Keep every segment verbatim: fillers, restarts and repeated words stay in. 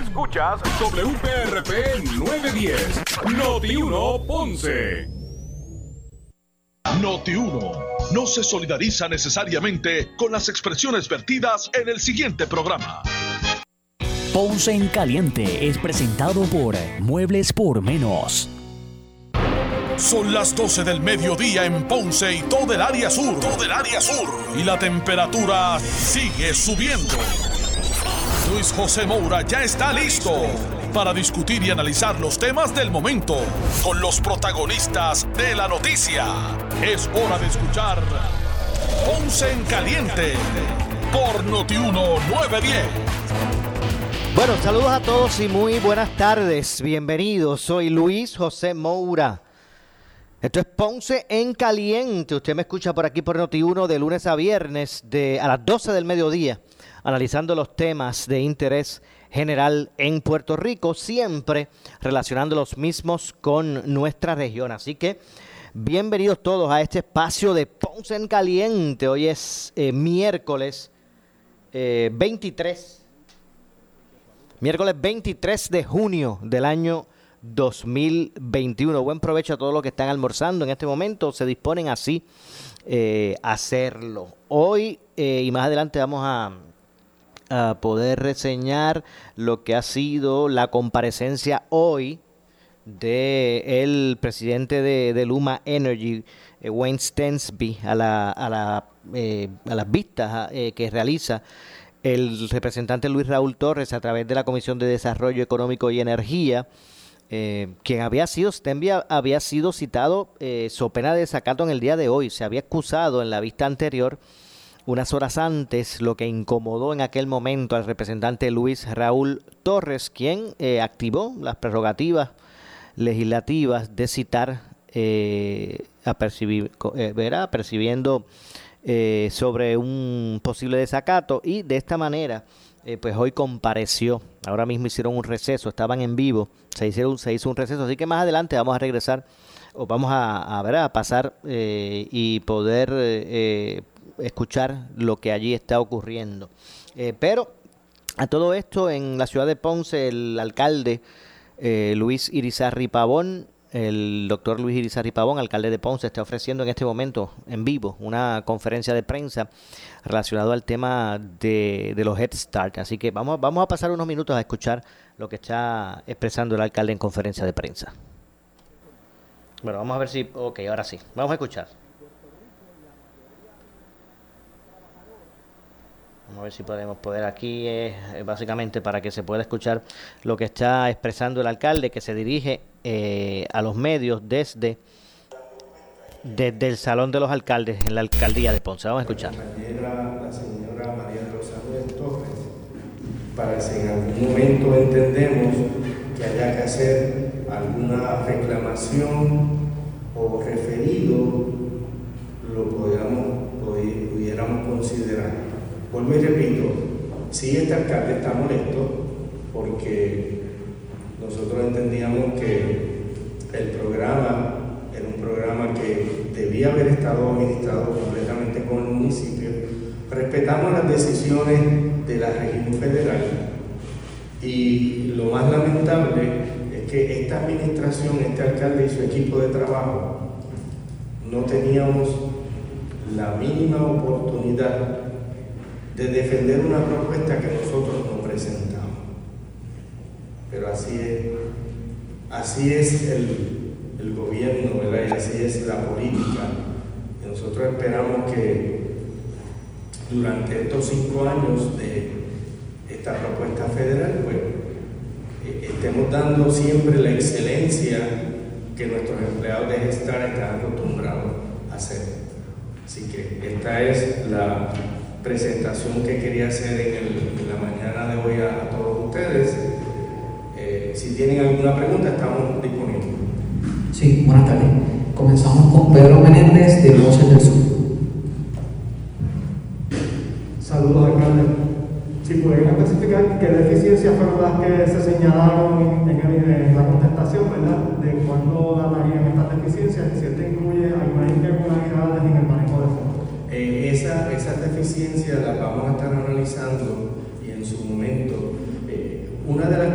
Escuchas W P R P novecientos diez, Noti uno Ponce. Noti uno no se solidariza necesariamente con las expresiones vertidas en el siguiente programa. Ponce en Caliente es presentado por Muebles por Menos. Son las doce del mediodía en Ponce y todo el área sur. Todo el área sur. Y la temperatura sigue subiendo. Luis José Moura ya está listo para discutir y analizar los temas del momento con los protagonistas de la noticia. Es hora de escuchar Ponce en Caliente por Noti uno nueve diez. Bueno, saludos a todos y muy buenas tardes. Bienvenidos. Soy Luis José Moura. Esto es Ponce en Caliente. Usted me escucha por aquí por Noti uno de lunes a viernes de a las doce del mediodía, analizando los temas de interés general en Puerto Rico, siempre relacionando los mismos con nuestra región. Así que bienvenidos todos a este espacio de Ponce en Caliente. Hoy es eh, miércoles eh, veintitrés, miércoles veintitrés de junio del año dos mil veintiuno. Buen provecho a todos los que están almorzando en este momento, se disponen así eh, a hacerlo. Hoy eh, y más adelante vamos a, a poder reseñar lo que ha sido la comparecencia hoy del presidente de, de Luma Energy, eh, Wayne Stensby, a, la, a, la, eh, a las vistas eh, que realiza el representante Luis Raúl Torres a través de la Comisión de Desarrollo Económico y Energía. Eh, quien había sido, Stensby había sido citado eh, so pena de desacato en el día de hoy. Se había excusado en la vista anterior unas horas antes, lo que incomodó en aquel momento al representante Luis Raúl Torres, quien eh, activó las prerrogativas legislativas de citar eh, a percibir, eh, verá, percibiendo eh, sobre un posible desacato, y de esta manera Eh, pues hoy compareció. Ahora mismo hicieron un receso, estaban en vivo, se hicieron, se hizo un receso, así que más adelante vamos a regresar o vamos a, a ver, a pasar eh, y poder eh, escuchar lo que allí está ocurriendo. Eh, pero a todo esto, en la ciudad de Ponce, el alcalde eh, Luis Irizarry Pavón, el doctor Luis Irizarry Pavón, alcalde de Ponce, está ofreciendo en este momento en vivo una conferencia de prensa relacionado al tema de, de los Head Start. Así que vamos, vamos a pasar unos minutos a escuchar lo que está expresando el alcalde en conferencia de prensa. Bueno, vamos a ver si... Ok, ahora sí. Vamos a escuchar. Vamos a ver si podemos poder aquí, eh, básicamente para que se pueda escuchar lo que está expresando el alcalde, que se dirige eh, a los medios desde, desde el Salón de los Alcaldes en la alcaldía de Ponce. Vamos a escuchar. La señora María Rosa Torres, para si en algún momento entendemos que haya que hacer alguna reclamación o referido, lo podamos, pudiéramos considerar. Vuelvo y repito, sí, este alcalde está molesto porque nosotros entendíamos que el programa era un programa que debía haber estado administrado completamente con el municipio. Respetamos las decisiones de la región federal y lo más lamentable es que esta administración, este alcalde y su equipo de trabajo no teníamos la mínima oportunidad de defender una propuesta que nosotros no presentamos. Pero así es, así es el, el gobierno, ¿verdad? Y así es la política. Y nosotros esperamos que durante estos cinco años de esta propuesta federal, pues, eh, estemos dando siempre la excelencia que nuestros empleados de Gestar están acostumbrados a hacer. Así que esta es la presentación que quería hacer en, el, en la mañana de hoy a, a todos ustedes. Eh, si tienen alguna pregunta, estamos disponibles. Sí, buenas tardes. Comenzamos con Pedro Menéndez de Voces del Sur. Saludos, alcalde. Si pudieran especificar qué deficiencias fueron las que se señalaron en, el, en la contestación, ¿verdad? De cuándo datarían estas deficiencias, y si esto incluye algunas irregularidades en el manejo de fondos. Eh, esa, esas deficiencias las vamos a estar analizando y en su momento. Eh, una de las cosas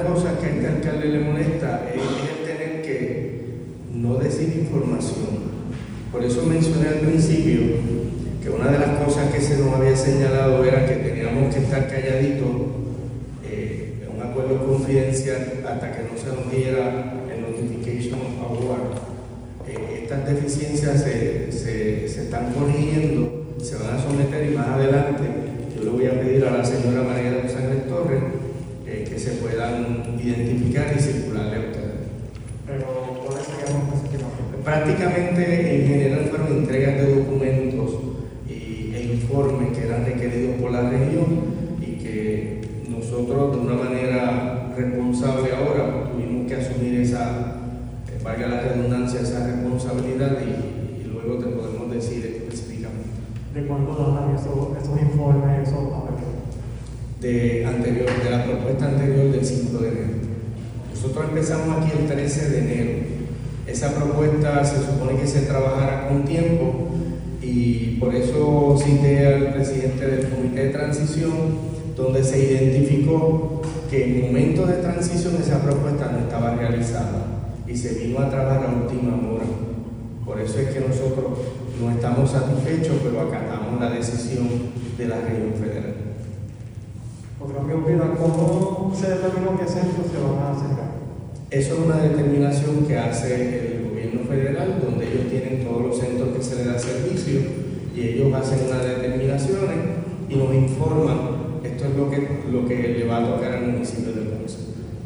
que a este alcalde le molesta es, es el tener que no decir información. Por eso mencioné al principio que una de las cosas que se nos había señalado era que teníamos que estar calladitos eh, en un acuerdo confidencial hasta que no se nos diera el Notification of Award. Eh, estas deficiencias se, se, se están corrigiendo, se van a someter y más adelante yo le voy a pedir a la señora María de los Ángeles Torres eh, que se puedan identificar y circularle a ustedes. Pero, ¿cuáles serían los específicamente? Prácticamente en general fueron entregas de documentos y, e informes que eran requeridos por la región y que nosotros de una manera responsable ahora tuvimos que asumir esa, eh, valga la redundancia, esa responsabilidad y, y luego te podemos decir específicamente. ¿De cuándo datan esos, esos informes, esos papeles? De, anterior, de la propuesta anterior del cinco de enero. Nosotros empezamos aquí el trece de enero. Esa propuesta se supone que se trabajara con tiempo y por eso cité al presidente del comité de transición, donde se identificó que en momento de transición esa propuesta no estaba realizada y se vino a trabajar a última hora. Por eso es que nosotros no estamos satisfechos, pero acatamos la decisión de la región federal. Otra pregunta, ¿cómo se determinó qué centros se van a acercar? Eso es una determinación que hace el gobierno federal, donde ellos tienen todos los centros que se les da servicio y ellos hacen unas determinaciones y nos informan. Esto es lo que, lo que le va a tocar al municipio de Ponce.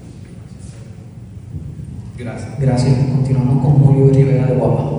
Gracias. Gracias. Continuamos con Julio Rivera de Guapa.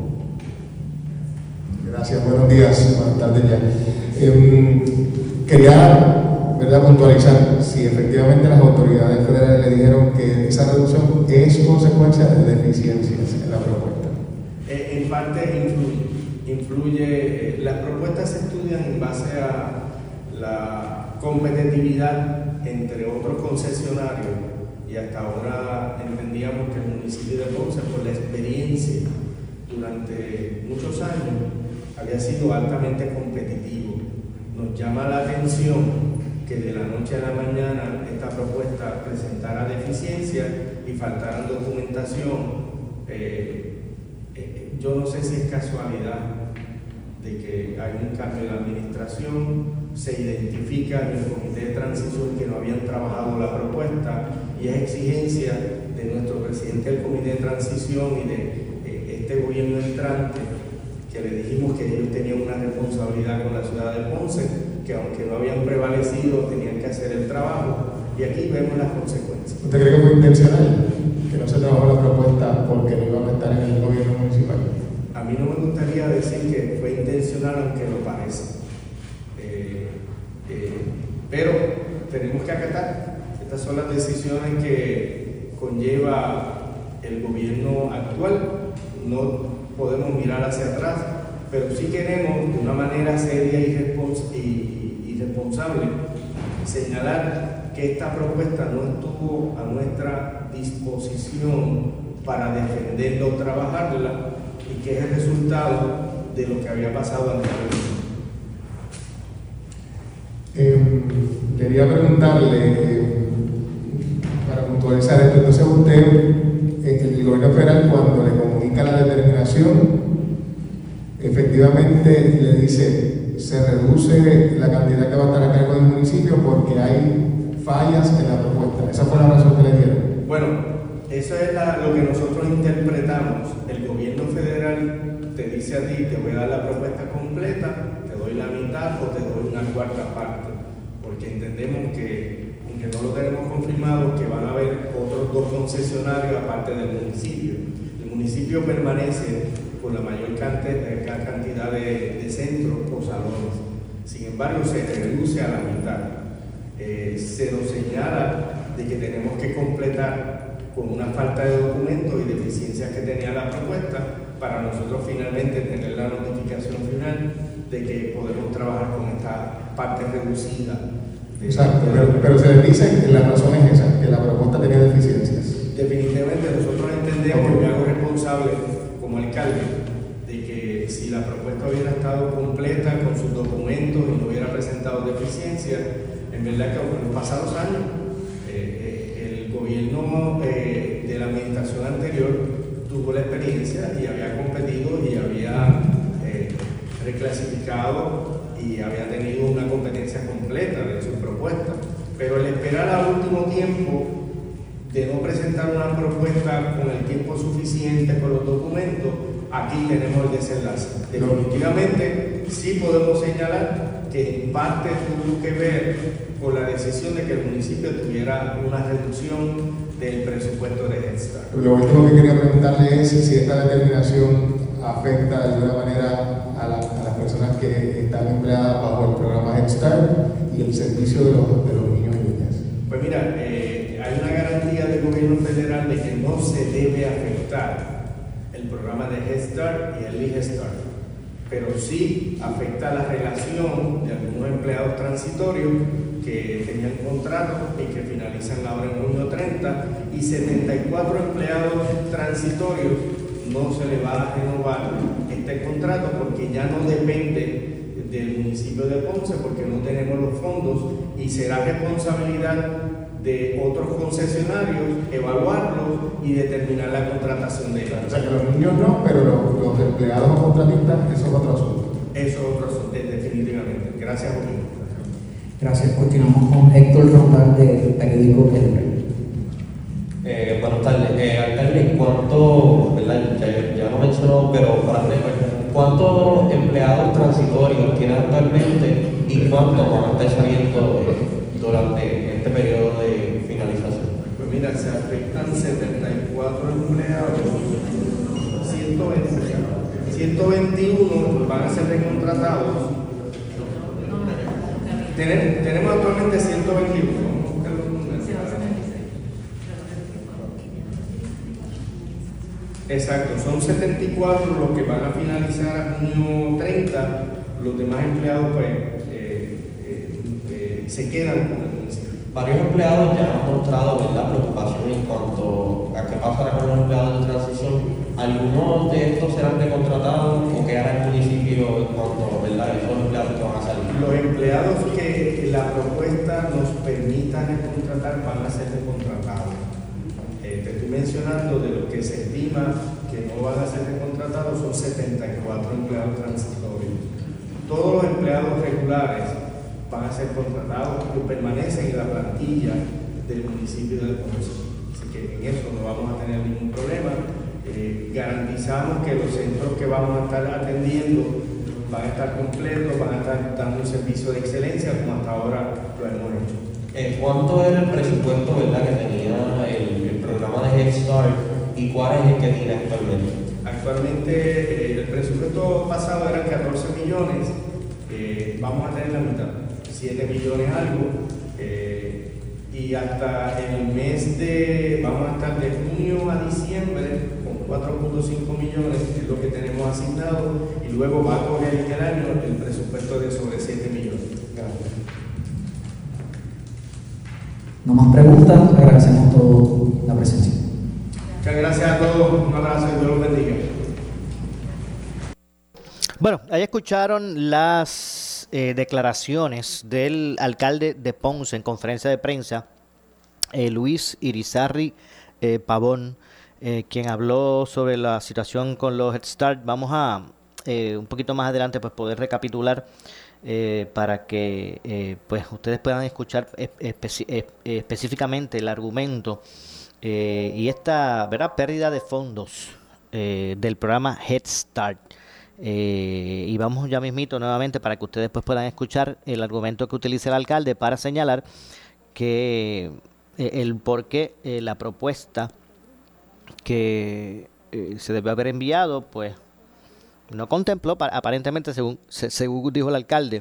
Gracias, buenos días, buenas tardes ya. Eh, quería ¿verdad? puntualizar si efectivamente las autoridades federales le dijeron que esa reducción es consecuencia de deficiencias en la propuesta. Eh, en parte influye, influye eh, las propuestas se estudian en base a la competitividad entre otros concesionarios y hasta ahora entendíamos que el municipio de Ponce, por la experiencia durante muchos años, había sido altamente competitivo. Nos llama la atención que de la noche a la mañana esta propuesta presentara deficiencias y faltaran documentación. Eh, eh, yo no sé si es casualidad de que hay un cambio en la administración, se identifica en el comité de transición que no habían trabajado la propuesta y es exigencia de nuestro presidente del comité de transición y de eh, este gobierno entrante, que le dijimos que ellos tenían una responsabilidad con la ciudad de Ponce, que aunque no habían prevalecido, tenían que hacer el trabajo, y aquí vemos las consecuencias. ¿Usted cree que fue intencional que no se trabajó la propuesta porque no iban a estar en el gobierno municipal? A mí no me gustaría decir que fue intencional, aunque lo parece. Eh, eh, pero tenemos que acatar. Estas son las decisiones que conlleva el gobierno actual. No podemos mirar hacia atrás, pero sí queremos de una manera seria y, respons y, y responsable señalar que esta propuesta no estuvo a nuestra disposición para defenderla o trabajarla y que es el resultado de lo que había pasado anteriormente. Eh, quería preguntarle, eh, para puntualizar esto, entonces usted, eh, el gobierno federal, cuando le comunica la determinación, efectivamente le dice, se reduce la cantidad que va a estar a cargo del municipio porque hay fallas en la propuesta. ¿Esa fue la razón que le dieron? Bueno, eso es la, lo que nosotros interpretamos. El gobierno federal te dice a ti, te voy a dar la propuesta completa, te doy la mitad o te doy una cuarta parte, porque entendemos que, aunque no lo tenemos confirmado, que van a haber otros dos concesionarios aparte del municipio. El municipio permanece con la mayor cantidad de, de centros o salones. Sin embargo, se reduce a la mitad. Eh, se nos señala de que tenemos que completar con una falta de documentos y deficiencias que tenía la propuesta para nosotros finalmente tener la notificación final de que podemos trabajar con esta parte reducida. Exacto, pero, pero se les dice que la razón es esa, que la propuesta tenía deficiencias. Definitivamente nosotros entendemos, y me hago responsable como alcalde, de que si la propuesta hubiera estado completa con sus documentos y no hubiera presentado deficiencias, en verdad que en los pasados años eh, eh, el gobierno esperar al último tiempo, de no presentar una propuesta con el tiempo suficiente con los documentos, aquí tenemos el desenlace. Definitivamente sí podemos señalar que en parte tuvo que ver con la decisión de que el municipio tuviera una reducción del presupuesto de Head Start. Lo último que quería preguntarle es si esta determinación afecta de alguna manera a, la, a las personas que están empleadas bajo el programa Head Start y el servicio de los, de los niños y niñas. Pues mira, eh, hay una garantía del gobierno federal de que no se debe afectar el programa de Head Start y el Head Start, pero sí afecta la relación de algunos empleados transitorios que tenían contrato y que finalizan ahora en junio treinta, y setenta y cuatro empleados transitorios no se les va a renovar este contrato porque ya no depende del municipio de Ponce, porque no tenemos los fondos, y será responsabilidad de otros concesionarios evaluarlos y determinar la contratación de ellos. O sea que los niños no, pero los, los empleados o contratistas, eso es otro asunto. Eso es otro asunto, definitivamente. Gracias, Jorge. Gracias. Continuamos con Héctor Ronald del periódico El Rey. Eh, buenas tardes. Eh, alcalde, ¿cuánto, verdad? Ya, ya lo mencionó, pero para ¿cuántos empleados transitorios tiene actualmente y cuántos van a estar saliendo eh, durante este periodo de finalización? Pues mira, se afectan setenta y cuatro empleados, ciento veinte, ciento veintiuno van a ser recontratados. Tenemos, tenemos actualmente ciento veintiuno. Exacto, son setenta y cuatro los que van a finalizar a junio treinta, los demás empleados pues eh, eh, eh, se quedan con el municipio. Varios empleados ya han mostrado, ¿verdad?, preocupación en cuanto a qué pasará con los empleados de transición. ¿Algunos de estos serán recontratados o quedará el municipio en cuanto, ¿verdad?, esos empleados que van a salir? Los empleados que la propuesta nos permita recontratar van a ser recontratados. Eh, te estoy mencionando de los que se estima que no van a ser recontratados, son setenta y cuatro empleados transitorios. Todos los empleados regulares van a ser contratados y permanecen en la plantilla del municipio de Ponce. Así que en eso no vamos a tener ningún problema. Eh, garantizamos que los centros que vamos a estar atendiendo van a estar completos, van a estar dando un servicio de excelencia como hasta ahora lo hemos hecho. Eh, ¿Cuánto era el presupuesto, verdad, que tenía el, el programa de Head Start y cuál es el que tiene actualmente? Actualmente eh, el presupuesto pasado eran catorce millones, eh, vamos a tener la mitad, siete millones algo, eh, y hasta en el mes de, vamos a estar de junio a diciembre con cuatro punto cinco millones, que es lo que tenemos asignado, y luego va a correr en el año el presupuesto de sobre siete millones. Gracias. No más preguntas, agradecemos toda la presencia. Muchas gracias a todos, un abrazo y Dios los bendiga. Bueno, ahí escucharon las eh, declaraciones del alcalde de Ponce en conferencia de prensa, eh, Luis Irizarry eh, Pavón, eh, quien habló sobre la situación con los Head Start. Vamos a, eh, un poquito más adelante, pues poder recapitular Eh, para que eh, pues ustedes puedan escuchar espe eh, específicamente el argumento eh, y esta, ¿verdad?, pérdida de fondos eh, del programa Head Start. Eh, y vamos ya mismito nuevamente para que ustedes pues puedan escuchar el argumento que utiliza el alcalde para señalar que eh, el por qué eh, la propuesta que eh, se debe haber enviado pues no contempló, aparentemente, según, según dijo el alcalde,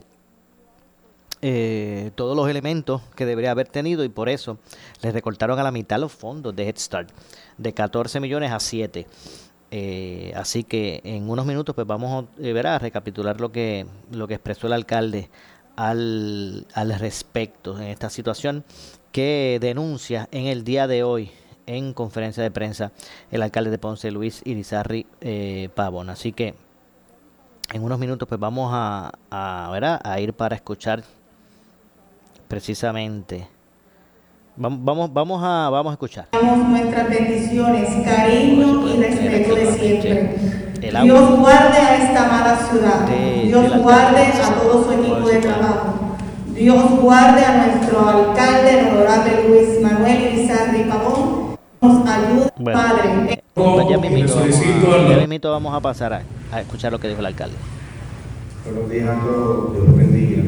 eh, todos los elementos que debería haber tenido, y por eso les recortaron a la mitad los fondos de Head Start, de catorce millones a siete. Eh, así que en unos minutos pues vamos eh, ver, a recapitular lo que, lo que expresó el alcalde al, al respecto en esta situación que denuncia en el día de hoy en conferencia de prensa el alcalde de Ponce, Luis Irizarry eh, Pavón. Así que en unos minutos pues vamos a, a, ¿verdad?, a ir para escuchar precisamente. Vamos, vamos, vamos a vamos a escuchar. Nuestras bendiciones, cariño y respeto de siempre. Dios guarde a esta amada ciudad. Dios guarde a todo su equipo de trabajo. Dios guarde a nuestro alcalde, el honorable Luis Manuel Izarri Pavón. Nos ayude, bueno, Padre. Pues ya mismito vamos, a, ya mismito vamos a pasar a, a escuchar lo que dijo el alcalde. Buenos días a todos, Dios los bendiga.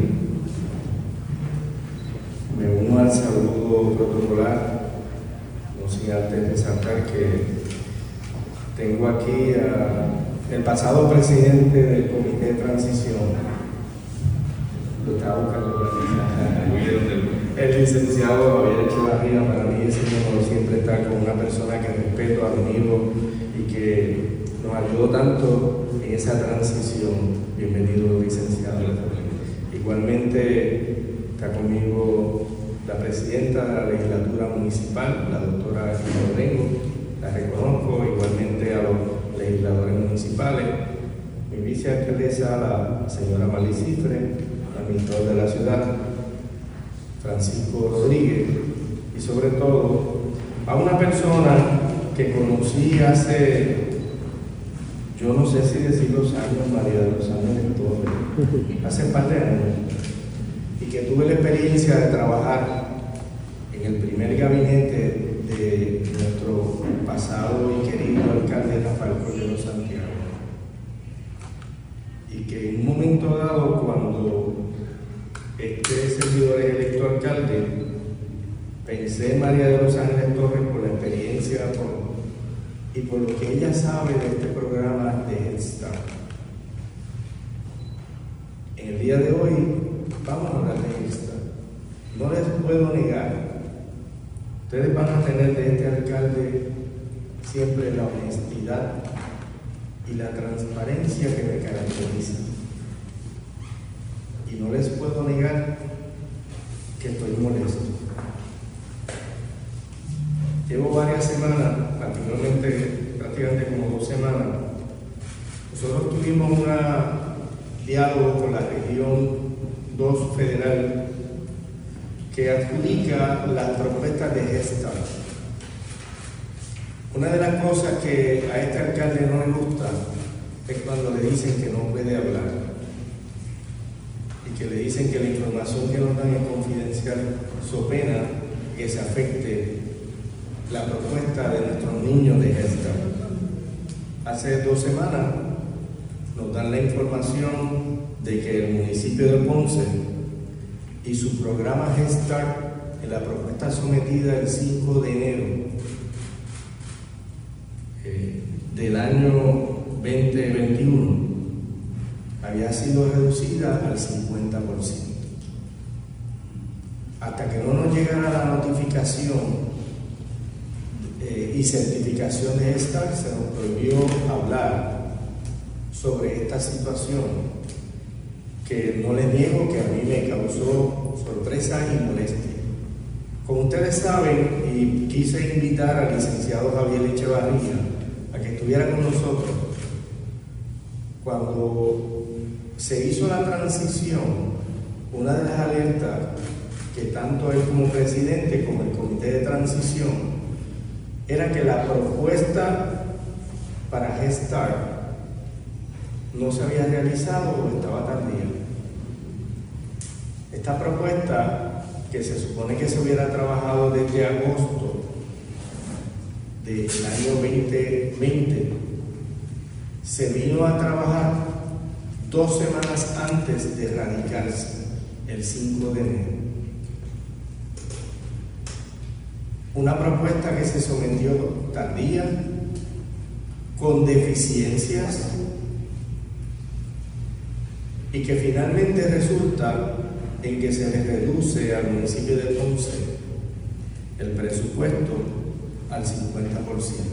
Me uno al saludo protocolar, no sin antes resaltar que tengo aquí al pasado presidente del Comité de Transición, lo estaba buscando el licenciado Javier Echevarría. Para mí es un honor siempre estar con una persona que respeto, admiro y que nos ayudó tanto en esa transición. Bienvenido, licenciado. Igualmente está conmigo la presidenta de la legislatura municipal, la doctora Gina Orengo, la reconozco, igualmente a los legisladores municipales, mi vicealcaldesa, la señora Mali Cifre, administrador de la ciudad, Francisco Rodríguez, y sobre todo a una persona que conocí hace, yo no sé si decir los años, María de los Ángeles Torres, hace un par de años, y que tuve la experiencia de trabajar en el primer gabinete de nuestro pasado y querido alcalde Rafael Cordero Santiago. Y que en un momento dado, cuando este servidor es electo alcalde, pensé en María de los Ángeles Torres por la experiencia por, y por lo que ella sabe de este programa de Head Start. En el día de hoy vamos a hablar de Head Start. No les puedo negar, ustedes van a tener de este alcalde siempre la honestidad y la transparencia que me caracteriza. Y no les puedo negar que estoy molesto. Llevo varias semanas, particularmente prácticamente como dos semanas, nosotros tuvimos un diálogo con la región dos federal que adjudica las propuestas de Head Start. Una de las cosas que a este alcalde no le gusta es cuando le dicen que no puede hablar y que le dicen que la información que nos dan es confidencial, so pena que se afecte la propuesta de nuestros niños de Head Start. Hace dos semanas nos dan la información de que el municipio de Ponce y su programa Head Start, en la propuesta sometida el cinco de enero eh, del año veinte veintiuno, había sido reducida al cincuenta por ciento. Hasta que no nos llegara la notificación eh, y certificación de esta, se nos prohibió hablar sobre esta situación, que no les niego que a mí me causó sorpresa y molestia. Como ustedes saben, y quise invitar al licenciado Javier Echevarría a que estuviera con nosotros, cuando se hizo la transición, una de las alertas que tanto él como presidente como el comité de transición era que la propuesta para Head Start no se había realizado o estaba tardía. Esta propuesta, que se supone que se hubiera trabajado desde agosto del año veinte veinte, se vino a trabajar dos semanas antes de radicarse, el cinco de enero. Una propuesta que se sometió tardía, con deficiencias, y que finalmente resulta en que se le reduce al municipio de Ponce el presupuesto al cincuenta por ciento.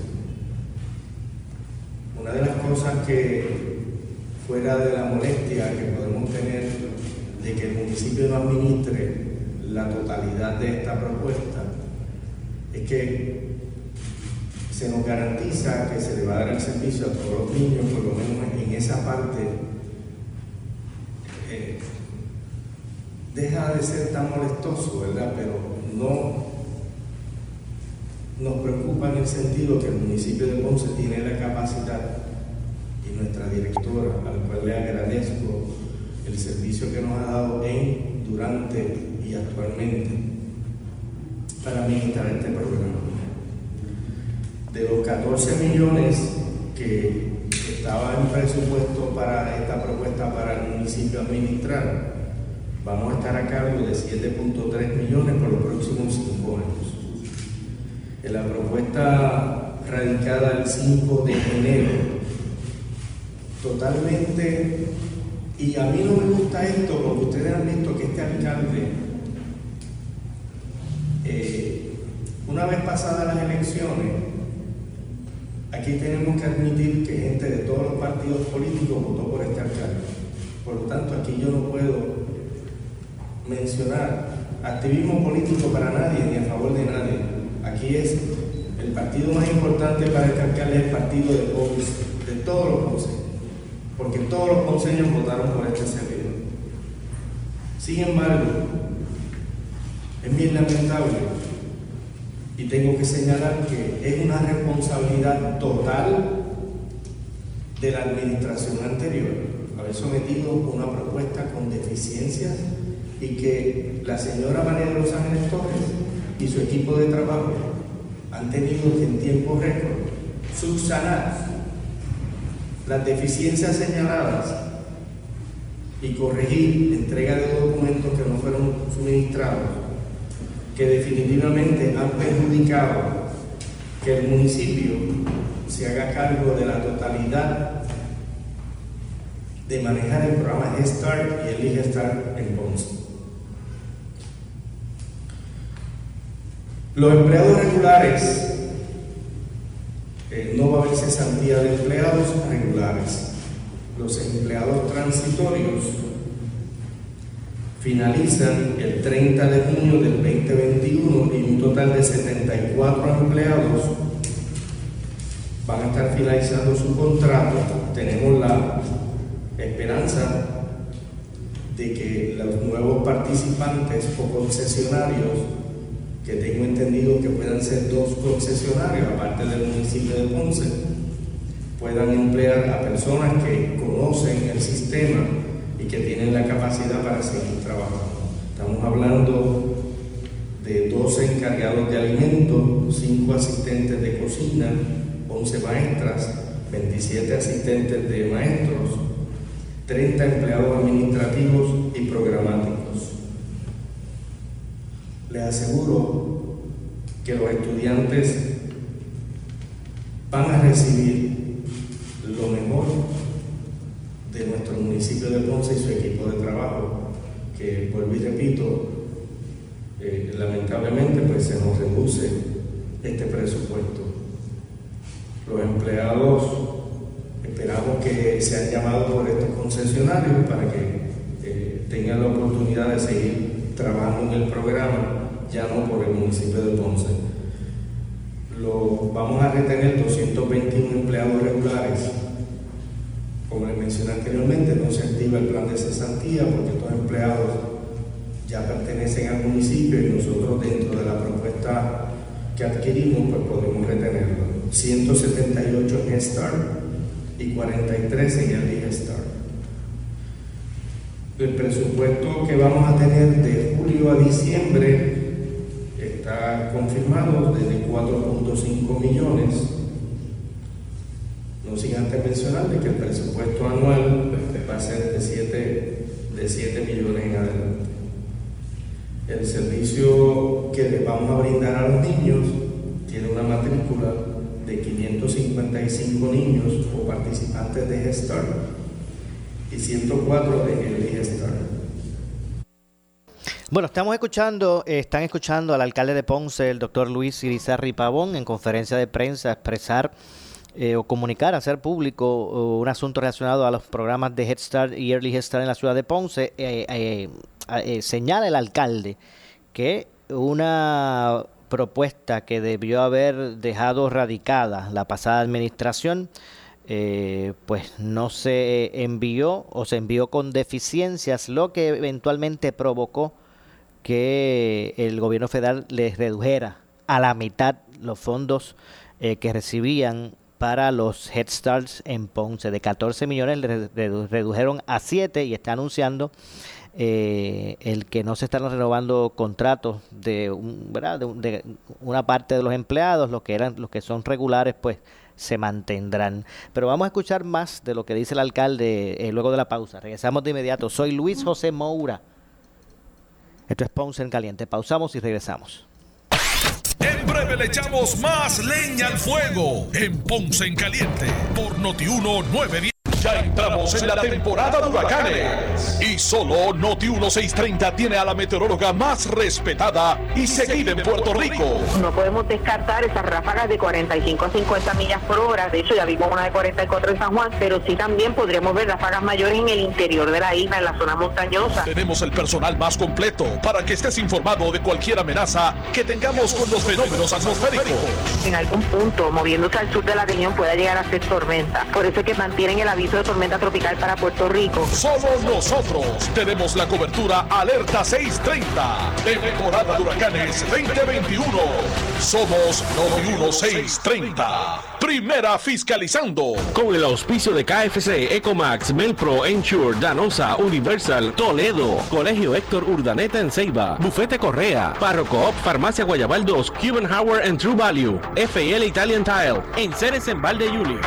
Una de las cosas que, fuera de la molestia que podemos tener de que el municipio no administre la totalidad de esta propuesta, es que se nos garantiza que se le va a dar el servicio a todos los niños, por lo menos en esa parte. Eh, deja de ser tan molestoso, ¿verdad? Pero no nos preocupa en el sentido que el municipio de Ponce tiene la capacidad, y nuestra directora, al cual le agradezco el servicio que nos ha dado en durante y actualmente para administrar este programa. De los catorce millones que estaba en presupuesto para esta propuesta para el municipio administrar, vamos a estar a cargo de siete punto tres millones por los próximos cinco años. En la propuesta radicada el cinco de enero, totalmente, y a mí no me gusta esto porque ustedes han visto que este alcalde, eh, una vez pasadas las elecciones, aquí tenemos que admitir que gente de todos los partidos políticos votó por este alcalde. Por lo tanto, aquí yo no puedo mencionar activismo político para nadie ni a favor de nadie. Aquí es el partido más importante para este alcalde, el partido de Ponce, de todos los ponceños, porque todos los ponceños votaron por este servidor. Sin embargo, es bien lamentable y tengo que señalar que es una responsabilidad total de la administración anterior haber sometido una propuesta con deficiencias y que la señora María de los Ángeles Torres y su equipo de trabajo han tenido que en tiempo récord subsanar las deficiencias señaladas y corregir entrega de documentos que no fueron suministrados, que definitivamente han perjudicado que el municipio se haga cargo de la totalidad de manejar el programa Head Start y el Early Head Start en Ponce. Los empleados regulares, eh, no va a haber cesantía de empleados regulares. Los empleados transitorios finalizan el treinta de junio del veinte veintiuno y un total de setenta y cuatro empleados van a estar finalizando su contrato. Tenemos la esperanza de que los nuevos participantes o concesionarios, que tengo entendido que puedan ser dos concesionarios aparte del municipio de Ponce, puedan emplear a personas que conocen el sistema y que tienen la capacidad para seguir trabajando. Estamos hablando de doce encargados de alimentos, cinco asistentes de cocina, once maestras, veintisiete asistentes de maestros, treinta empleados administrativos y programáticos. Les aseguro que los estudiantes van a recibir lo mejor de nuestro municipio de Ponce y su equipo de trabajo, que vuelvo y repito, eh, lamentablemente pues se nos reduce este presupuesto. Los empleados esperamos que sean llamados por estos concesionarios para que eh, tengan la oportunidad de seguir trabajando en el programa, ya no por el municipio de Ponce. Lo, vamos a retener doscientos veintiuno empleados regulares. Como les mencioné anteriormente, no se activa el plan de cesantía porque estos empleados ya pertenecen al municipio y nosotros dentro de la propuesta que adquirimos pues podemos retenerlo. ciento setenta y ocho en Head Start y cuarenta y tres en Early Head Start. El presupuesto que vamos a tener de julio a diciembre está confirmado desde cuatro punto cinco millones. No sin antes mencionar que el presupuesto anual va a ser de siete millones en adelante. El servicio que le vamos a brindar a los niños tiene una matrícula de quinientos cincuenta y cinco niños o participantes de Head Start y ciento cuatro de Early Head Start. Bueno, estamos escuchando, eh, están escuchando al alcalde de Ponce, el doctor Luis Irizarry Pavón, en conferencia de prensa expresar eh, o comunicar, hacer público o un asunto relacionado a los programas de Head Start y Early Head Start en la ciudad de Ponce. Eh, eh, eh, señala el alcalde que una propuesta que debió haber dejado radicada la pasada administración, eh, pues no se envió o se envió con deficiencias, lo que eventualmente provocó que el gobierno federal les redujera a la mitad los fondos eh, que recibían para los Head Starts en Ponce. De catorce millones le redujeron a siete y está anunciando eh, el que no se están renovando contratos de, un, ¿verdad? de, de una parte de los empleados, los que eran los que son regulares, pues se mantendrán. Pero vamos a escuchar más de lo que dice el alcalde eh, luego de la pausa. Regresamos de inmediato. Soy Luis José Moura. Esto es Ponce en Caliente. Pausamos y regresamos. En breve le echamos más leña al fuego en Ponce en Caliente por Noti uno nueve diez. Ya entramos en la temporada de huracanes y solo Noti uno seiscientos treinta tiene a la meteoróloga más respetada y seguida en Puerto Rico. No podemos descartar esas ráfagas de cuarenta y cinco a cincuenta millas por hora. De hecho, ya vimos una de cuarenta y cuatro en San Juan, pero sí también podríamos ver ráfagas mayores en el interior de la isla, en la zona montañosa. Tenemos el personal más completo para que estés informado de cualquier amenaza que tengamos con los fenómenos atmosféricos. En algún punto, moviéndose al sur de la región, pueda llegar a ser tormenta. Por eso es que mantienen el aviso de tormenta tropical para Puerto Rico. Solo nosotros tenemos la cobertura Alerta seiscientos treinta, temporada de huracanes veinte veintiuno. Somos Noti uno seiscientos treinta, primera fiscalizando. Con el auspicio de K F C, Ecomax, Melpro, Ensure, Danosa, Universal, Toledo, Colegio Héctor Urdaneta en Ceiba, Bufete Correa, Parrocoop, Farmacia Guayabal dos, Cuban Howard and True Value, F I L Italian Tile, Enceres en Val de Yuli.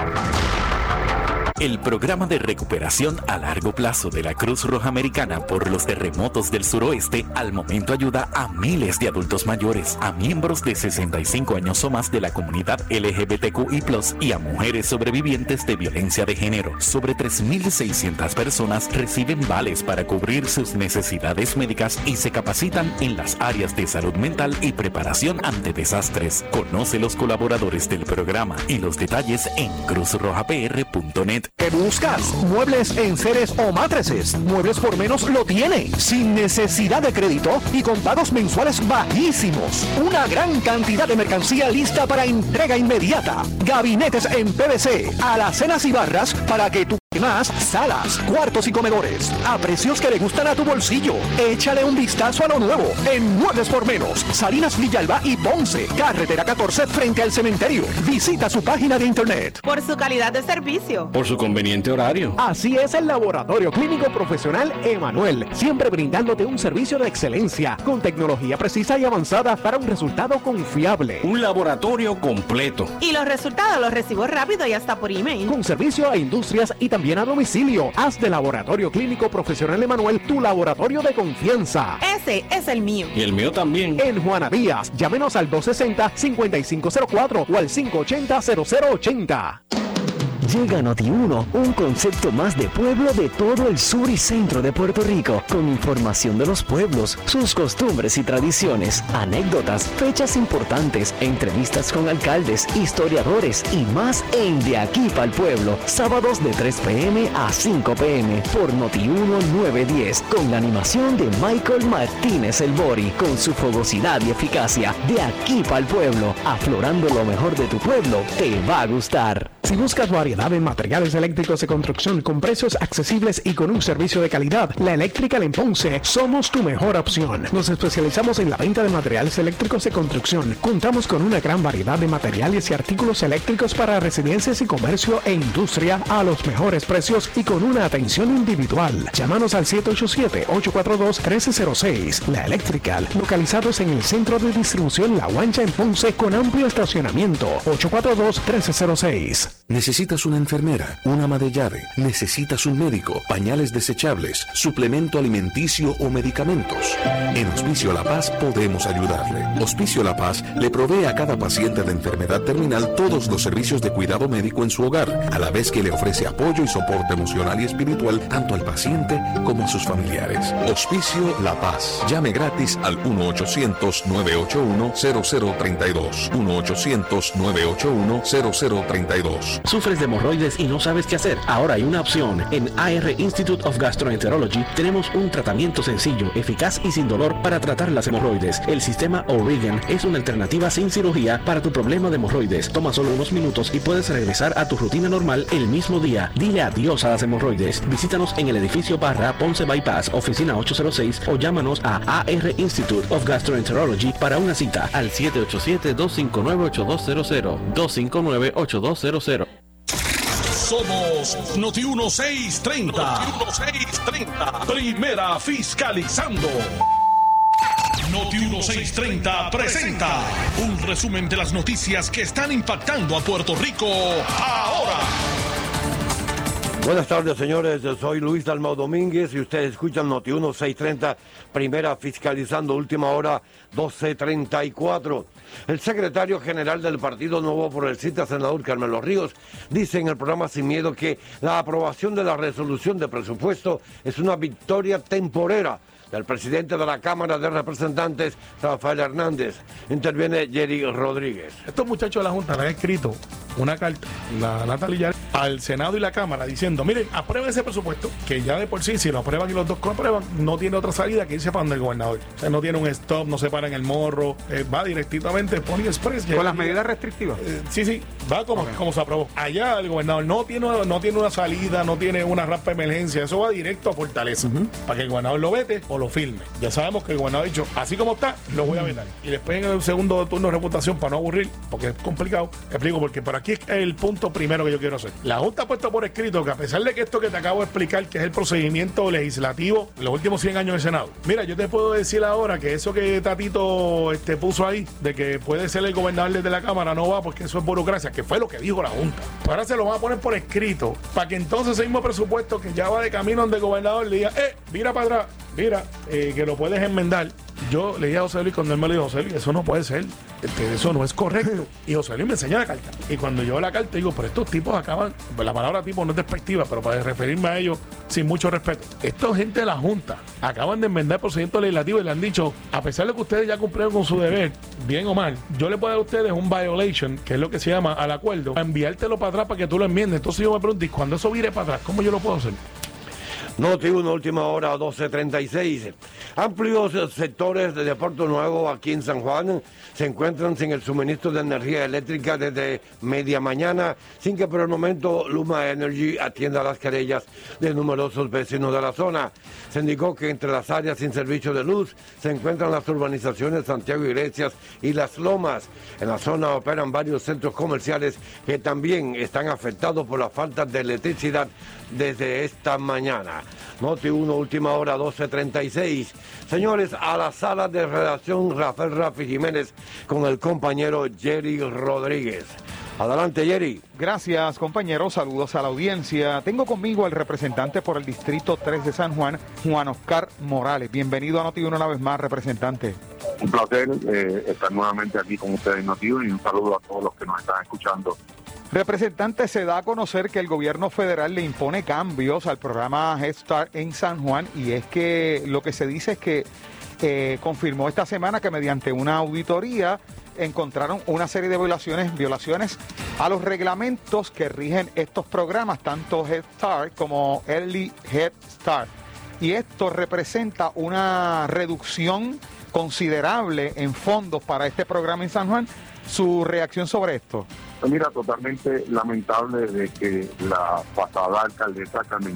El programa de recuperación a largo plazo de la Cruz Roja Americana por los terremotos del suroeste al momento ayuda a miles de adultos mayores, a miembros de sesenta y cinco años o más de la comunidad L G B T Q I plus, y a mujeres sobrevivientes de violencia de género. Sobre tres mil seiscientas personas reciben vales para cubrir sus necesidades médicas y se capacitan en las áreas de salud mental y preparación ante desastres. Conoce los colaboradores del programa y los detalles en cruz roja p r punto net. ¿Qué buscas? Muebles, enseres o matrices. Muebles por Menos lo tiene, sin necesidad de crédito y con pagos mensuales bajísimos. Una gran cantidad de mercancía lista para entrega inmediata. Gabinetes en P V C, alacenas y barras para que tu más salas, cuartos y comedores a precios que le gustan a tu bolsillo. Échale un vistazo a lo nuevo en Muebles por Menos, Salinas, Villalba y Ponce, carretera catorce frente al cementerio. Visita su página de internet. Por su calidad de servicio, por su conveniente horario. Así es el Laboratorio Clínico Profesional Emanuel, siempre brindándote un servicio de excelencia con tecnología precisa y avanzada para un resultado confiable. Un laboratorio completo. Y los resultados los recibo rápido y hasta por email. Con servicio a industrias y también a domicilio. Haz de Laboratorio Clínico Profesional Emanuel tu laboratorio de confianza. Ese es el mío. Y el mío también. En Juana Díaz, llámenos al dos sesenta, cincuenta y cinco cero cuatro o al cinco ochenta, cero cero ochenta. Llega Noti uno, un concepto más de pueblo de todo el sur y centro de Puerto Rico, con información de los pueblos, sus costumbres y tradiciones, anécdotas, fechas importantes, entrevistas con alcaldes, historiadores y más en De Aquí Pa'l Pueblo, sábados de tres p m a cinco p m por Noti uno nueve diez, con la animación de Michael Martínez El Bori, con su fogosidad y eficacia. De Aquí Pa'l Pueblo, aflorando lo mejor de tu pueblo, te va a gustar. Si buscas variedad en materiales eléctricos de construcción con precios accesibles y con un servicio de calidad, La Electrical en Ponce somos tu mejor opción. Nos especializamos en la venta de materiales eléctricos de construcción. Contamos con una gran variedad de materiales y artículos eléctricos para residencias y comercio e industria a los mejores precios y con una atención individual. Llámanos al siete ocho siete, ocho cuatro dos, uno tres cero seis. La Electrical, localizados en el centro de distribución La Guancha en Ponce con amplio estacionamiento. ocho cuatro dos, uno tres cero seis. ¿Necesitas una enfermera, una ama de llave? ¿Necesitas un médico, pañales desechables, suplemento alimenticio o medicamentos? En Hospicio La Paz podemos ayudarle. Hospicio La Paz le provee a cada paciente de enfermedad terminal todos los servicios de cuidado médico en su hogar, a la vez que le ofrece apoyo y soporte emocional y espiritual tanto al paciente como a sus familiares. Hospicio La Paz. Llame gratis al uno ochocientos, nueve ocho uno, cero cero tres dos. uno ochocientos, nueve ocho uno, cero cero tres dos. ¿Sufres de hemorroides y no sabes qué hacer? Ahora hay una opción. En A R Institute of Gastroenterology tenemos un tratamiento sencillo, eficaz y sin dolor para tratar las hemorroides. El sistema O'Regan es una alternativa sin cirugía para tu problema de hemorroides. Toma solo unos minutos y puedes regresar a tu rutina normal el mismo día. Dile adiós a las hemorroides. Visítanos en el edificio Barra Ponce Bypass, oficina ocho cero seis, o llámanos a A R Institute of Gastroenterology para una cita al siete ocho siete, dos cinco nueve, ocho dos cero cero, dos cinco nueve, ocho dos cero cero. Somos Noti uno seiscientos treinta. Noti uno seiscientos treinta. Primera fiscalizando. Noti uno seiscientos treinta presenta un resumen de las noticias que están impactando a Puerto Rico ahora. Buenas tardes, señores. Soy Luis Dalmau Domínguez y ustedes escuchan Noti uno seiscientos treinta, primera fiscalizando, última hora doce treinta y cuatro. El secretario general del Partido Nuevo Progresista, senador Carmelo Ríos, dice en el programa Sin Miedo que la aprobación de la resolución de presupuesto es una victoria temporera del presidente de la Cámara de Representantes, Rafael Hernández. Interviene Jerry Rodríguez. Estos muchachos de la Junta le han escrito una carta, la Natalia, al Senado y la Cámara diciendo, miren, aprueben ese presupuesto, que ya de por sí, si lo aprueban y los dos lo aprueban, no tiene otra salida que irse para donde el gobernador. O sea, no tiene un stop, no se para en el morro, eh, va directamente, Pony Express. ¿Con las medidas restrictivas? Eh, sí, sí, va como, okay. como se aprobó. Allá el gobernador no tiene, no tiene una salida, no tiene una rampa de emergencia, eso va directo a Fortaleza, uh-huh. para que el gobernador lo vete o lo firme. Ya sabemos que el gobernador ha dicho, así como está, lo voy a vetar. Y después en el segundo turno de reputación, para no aburrir, porque es complicado, explico, porque por aquí es el punto primero que yo quiero hacer. La Junta ha puesto por escrito que a pesar de que esto que te acabo de explicar, que es el procedimiento legislativo los últimos cien años del Senado, mira, yo te puedo decir ahora que eso que Tatito este, puso ahí, de que puede ser el gobernador desde la Cámara, no va porque eso es burocracia, que fue lo que dijo la Junta. Ahora se lo van a poner por escrito, para que entonces ese mismo presupuesto que ya va de camino donde el gobernador le diga, eh, mira para atrás, mira, eh, que lo puedes enmendar. Yo le dije a José Luis cuando él me lo dijo, José Luis, eso no puede ser, este, eso no es correcto. Y José Luis me enseña la carta. Y cuando yo la carta digo, pero estos tipos acaban, pues la palabra tipo no es despectiva, pero para referirme a ellos sin mucho respeto. Estos gente de la Junta acaban de enmendar el procedimiento legislativo y le han dicho, a pesar de que ustedes ya cumplieron con su deber, bien o mal, yo le puedo dar a ustedes un violation, que es lo que se llama al acuerdo, a enviártelo para atrás para que tú lo enmiendes. Entonces yo me pregunto, ¿y cuando eso vire para atrás, cómo yo lo puedo hacer? Noti uno, última hora, doce treinta y seis. Amplios sectores de Puerto Nuevo aquí en San Juan se encuentran sin el suministro de energía eléctrica desde media mañana, sin que por el momento Luma Energy atienda las querellas de numerosos vecinos de la zona. Se indicó que entre las áreas sin servicio de luz se encuentran las urbanizaciones Santiago Iglesias y Las Lomas. En la zona operan varios centros comerciales que también están afectados por la falta de electricidad desde esta mañana. Noti uno, última hora, doce treinta y seis. Señores, a la sala de redacción Rafael Rafi Jiménez con el compañero Jerry Rodríguez. Adelante, Jerry. Gracias, compañero. Saludos a la audiencia. Tengo conmigo al representante por el Distrito tres de San Juan, Juan Oscar Morales. Bienvenido a Noti uno una vez más, representante. Un placer eh, estar nuevamente aquí con ustedes en Noti uno y un saludo a todos los que nos están escuchando. Representante, se da a conocer que el gobierno federal le impone cambios al programa Head Start en San Juan, y es que lo que se dice es que eh, confirmó esta semana que mediante una auditoría encontraron una serie de violaciones, violaciones a los reglamentos que rigen estos programas, tanto Head Start como Early Head Start. Y esto representa una reducción considerable en fondos para este programa en San Juan. ¿Su reacción sobre esto? Mira, totalmente lamentable de que la pasada alcaldesa Carmen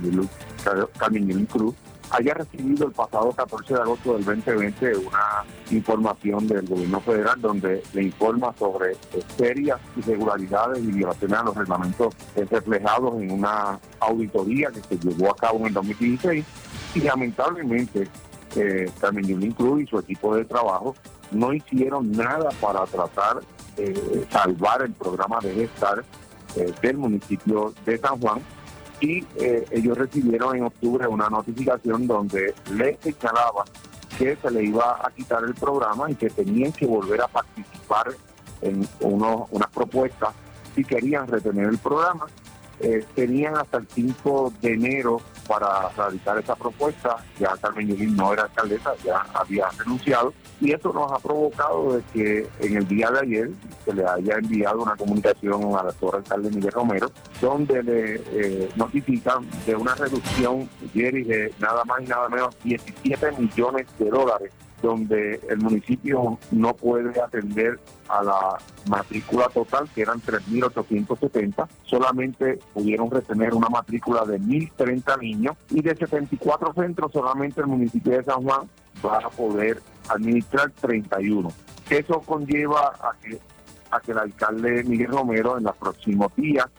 Yulín Cruz haya recibido el pasado catorce de agosto del veinte veinte una información del gobierno federal donde le informa sobre serias irregularidades y violaciones a los reglamentos reflejados en una auditoría que se llevó a cabo en el dos mil dieciséis, y lamentablemente eh, Carmen Yulín Cruz y su equipo de trabajo no hicieron nada para tratar Eh, salvar el programa de Head Start eh, del municipio de San Juan, y eh, ellos recibieron en octubre una notificación donde les señalaba que se le iba a quitar el programa y que tenían que volver a participar en unos, unas propuestas si querían retener el programa. Eh, tenían hasta el cinco de enero para realizar esa propuesta. Ya Carmen Yulín no era alcaldesa, ya había renunciado, y eso nos ha provocado de que en el día de ayer se le haya enviado una comunicación al actual alcalde Miguel Romero, donde le eh, notifican de una reducción, Jerry, de nada más y nada menos diecisiete millones de dólares, donde el municipio no puede atender a la matrícula total, que eran tres mil ochocientos setenta, solamente pudieron retener una matrícula de mil treinta niños, y de setenta y cuatro centros solamente el municipio de San Juan va a poder administrar treinta y uno. Eso conlleva a que, a que el alcalde Miguel Romero en los próximos días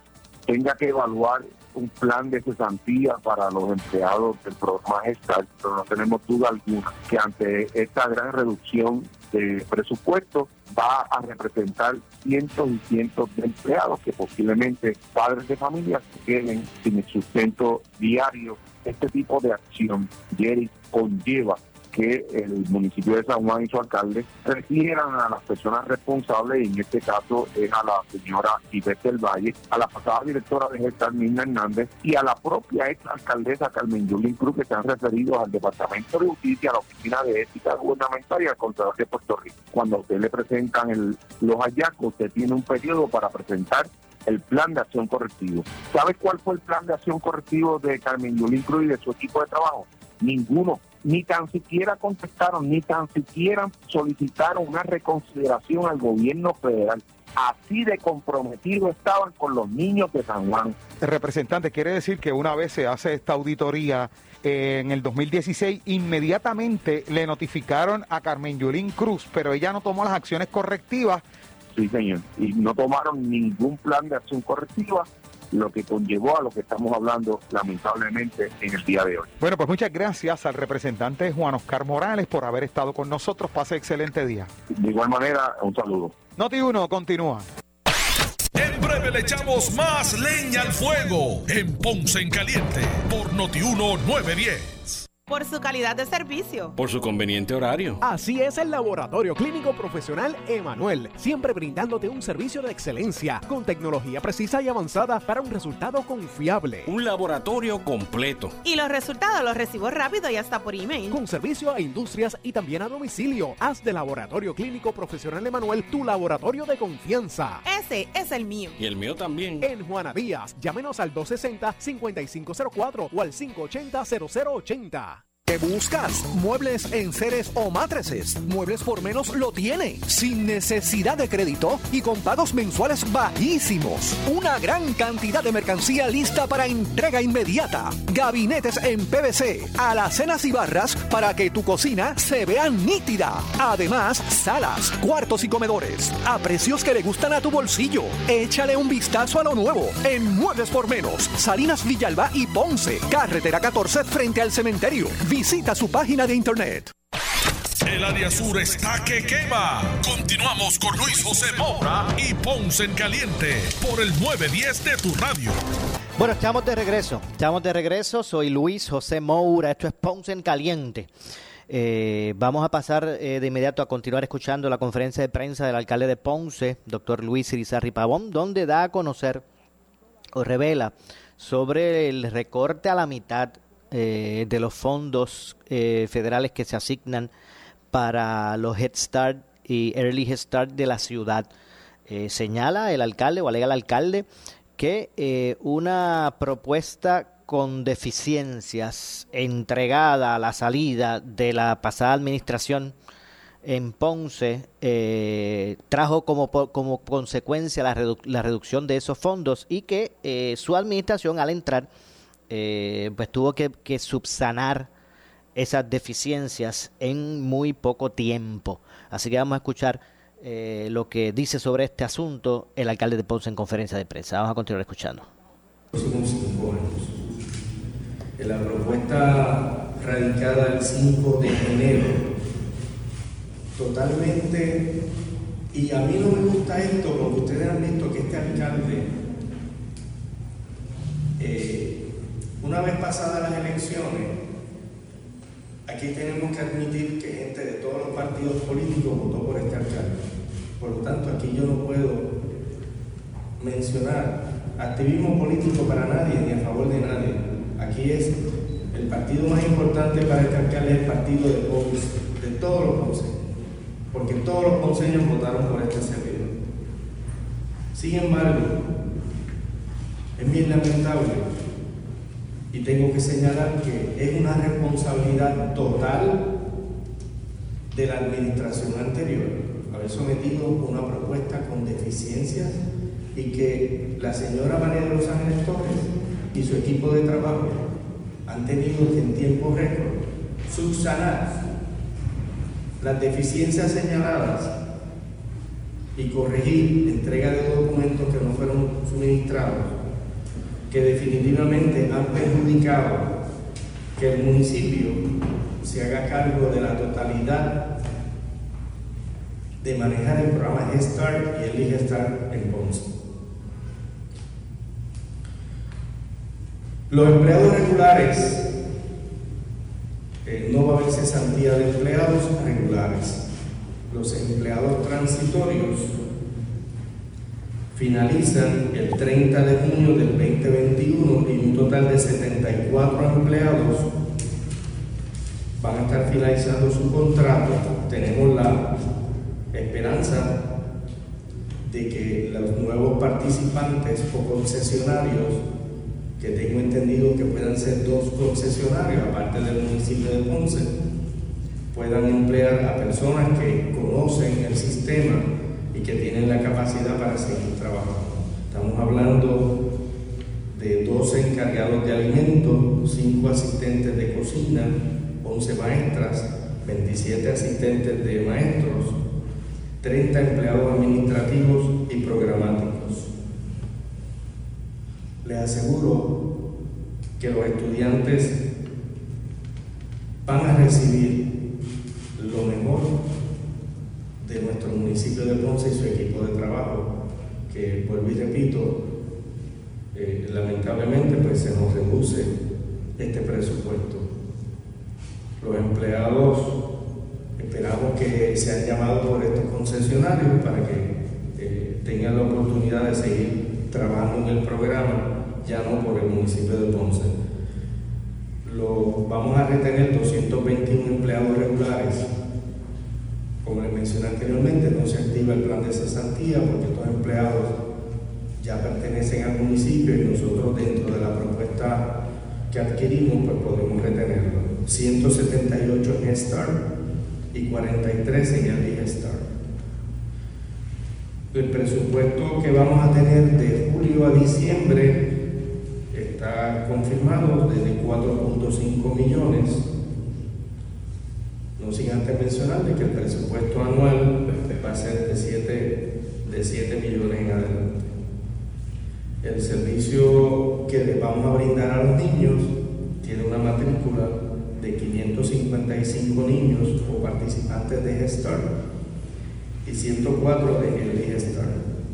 tenga que evaluar un plan de cesantía para los empleados del programa Gestar, pero no tenemos duda alguna que ante esta gran reducción de presupuesto va a representar cientos y cientos de empleados que posiblemente padres de familia queden sin el sustento diario. Este tipo de acción, Jerry, conlleva que el municipio de San Juan y su alcalde refieran a las personas responsables, y en este caso es a la señora Ivette del Valle, a la pasada directora de Gestar, Mirna Hernández, y a la propia ex alcaldesa Carmen Yulín Cruz, que se han referido al Departamento de Justicia, a la Oficina de Ética Gubernamental y al Contralor de Puerto Rico. Cuando a usted le presentan el, los hallazgos, usted tiene un periodo para presentar el plan de acción correctivo. ¿Sabe cuál fue el plan de acción correctivo de Carmen Yulín Cruz y de su equipo de trabajo? Ninguno. Ni tan siquiera contestaron, ni tan siquiera solicitaron una reconsideración al gobierno federal. Así de comprometidos estaban con los niños de San Juan. El representante, quiere decir que una vez se hace esta auditoría eh, en el dos mil dieciséis, inmediatamente le notificaron a Carmen Yulín Cruz, pero ella no tomó las acciones correctivas. Sí, señor, y no tomaron ningún plan de acción correctiva, lo que conllevó a lo que estamos hablando lamentablemente en el día de hoy. Bueno, pues muchas gracias al representante Juan Oscar Morales por haber estado con nosotros. Pase excelente día. De igual manera, un saludo. Noti uno continúa. En breve le echamos más leña al fuego en Ponce en Caliente por Noti uno nueve diez. Por su calidad de servicio. Por su conveniente horario. Así es el Laboratorio Clínico Profesional Emanuel, siempre brindándote un servicio de excelencia, con tecnología precisa y avanzada para un resultado confiable. Un laboratorio completo. Y los resultados los recibo rápido y hasta por email. Con servicio a industrias y también a domicilio. Haz de Laboratorio Clínico Profesional Emanuel tu laboratorio de confianza. Ese es el mío. Y el mío también. En Juana Díaz, llámenos al dos sesenta, cincuenta y cinco cero cuatro o al cinco ochenta, cero cero ochenta. ¿Qué buscas? ¿Muebles, enseres o matrices? Muebles por Menos lo tiene, sin necesidad de crédito y con pagos mensuales bajísimos. Una gran cantidad de mercancía lista para entrega inmediata. Gabinetes en P V C, alacenas y barras para que tu cocina se vea nítida. Además, salas, cuartos y comedores a precios que le gustan a tu bolsillo. Échale un vistazo a lo nuevo en Muebles por Menos, Salinas, Villalba y Ponce, carretera catorce frente al cementerio. Visita su página de internet. El área sur está que quema. Continuamos con Luis José Moura y Ponce en Caliente por el nueve diez de tu radio. Bueno, estamos de regreso. Estamos de regreso. Soy Luis José Moura. Esto es Ponce en Caliente. Eh, vamos a pasar eh, de inmediato a continuar escuchando la conferencia de prensa del alcalde de Ponce, doctor Luis Irizarry Pavón, donde da a conocer o revela sobre el recorte a la mitad Eh, de los fondos eh, federales que se asignan para los Head Start y Early Head Start de la ciudad. Eh, señala el alcalde o alega el alcalde que eh, una propuesta con deficiencias entregada a la salida de la pasada administración en Ponce eh, trajo como, como consecuencia la, redu- la reducción de esos fondos y que eh, su administración al entrar Eh, pues tuvo que, que subsanar esas deficiencias en muy poco tiempo. Así que vamos a escuchar eh, lo que dice sobre este asunto el alcalde de Ponce en conferencia de prensa. Vamos a continuar escuchando. Próximos cinco años. En la propuesta radicada el cinco de enero, totalmente, y a mí no me gusta esto porque ustedes han visto que este alcalde eh, una vez pasadas las elecciones, aquí tenemos que admitir que gente de todos los partidos políticos votó por este alcalde. Por lo tanto, aquí yo no puedo mencionar activismo político para nadie ni a favor de nadie. Aquí es el partido más importante para este alcalde, es el partido de Ponce, de todos los ponceños, porque todos los ponceños votaron por este servidor. Sin embargo, es bien lamentable y tengo que señalar que es una responsabilidad total de la administración anterior haber sometido una propuesta con deficiencias y que la señora María de los Ángeles Torres y su equipo de trabajo han tenido que en tiempo récord subsanar las deficiencias señaladas y corregir entrega de documentos que no fueron suministrados que definitivamente han perjudicado que el municipio se haga cargo de la totalidad de manejar el programa Head Start y el Head Start en Ponce. Los empleados regulares, eh, no va a haber cesantía de empleados regulares. Los empleados transitorios finalizan el treinta de junio del veinte veintiuno y un total de setenta y cuatro empleados van a estar finalizando su contrato. Tenemos la esperanza de que los nuevos participantes o concesionarios, que tengo entendido que puedan ser dos concesionarios aparte del municipio de Ponce, puedan emplear a personas que conocen el sistema y que tienen la capacidad para seguir trabajando. Estamos hablando de doce encargados de alimentos, cinco asistentes de cocina, once maestras, veintisiete asistentes de maestros, treinta empleados administrativos y programáticos. Les aseguro que los estudiantes van a recibir lo mejor de nuestro municipio de Ponce y su equipo de trabajo, que vuelvo y repito, eh, lamentablemente pues se nos reduce este presupuesto. Los empleados esperamos que sean llamados por estos concesionarios para que eh, tengan la oportunidad de seguir trabajando en el programa, ya no por el municipio de Ponce. Lo, vamos a retener doscientos veintiuno empleados regulares. Como les mencioné anteriormente, no se activa el plan de cesantía porque estos empleados ya pertenecen al municipio y nosotros dentro de la propuesta que adquirimos pues podemos retenerlo. ciento setenta y ocho en Head Start y cuarenta y tres en el Head Start. El presupuesto que vamos a tener de julio a diciembre está confirmado desde cuatro punto cinco millones. No sin antes mencionarles que el presupuesto anual va a ser de siete millones en adelante. El servicio que les vamos a brindar a los niños tiene una matrícula de quinientos cincuenta y cinco niños o participantes de Head Start y ciento cuatro de Head Start.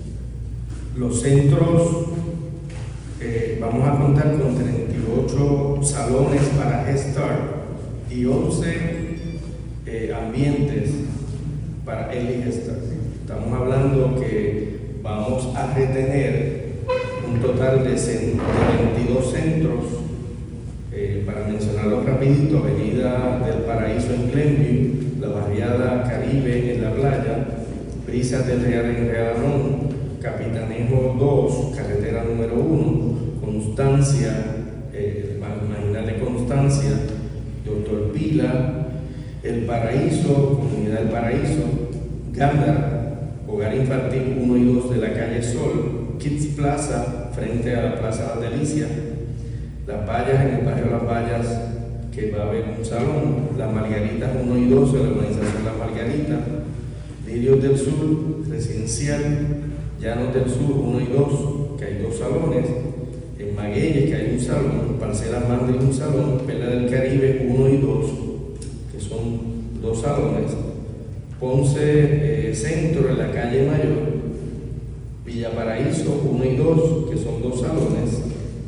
Los centros, eh, vamos a contar con treinta y ocho salones para Head Start y once Eh, ambientes para el Head Start. Estamos hablando que vamos a retener un total de veintidós centros, eh, para mencionarlo rapidito: Avenida del Paraíso en Glenview, la barriada Caribe en la playa, Brisas del Real en Realón, Capitanejo dos, carretera número uno, Constancia, eh, Marginal de Constancia, Doctor Pila, El Paraíso, Comunidad del Paraíso, Gándara, Hogar Infantil uno y dos de la calle Sol, Kids Plaza, frente a la Plaza Las Delicias, Las Vallas, en el barrio Las Vallas, que va a haber un salón, Las Margaritas uno y dos de la organización Las Margaritas, Lirios del Sur, Residencial, Llanos del Sur uno y dos, que hay dos salones, en Magueyes, que hay un salón, Parcelas Mandri un salón, Perla del Caribe uno y dos, son dos salones, Ponce eh, Centro en la calle Mayor, Villa Paraíso uno y dos, que son dos salones,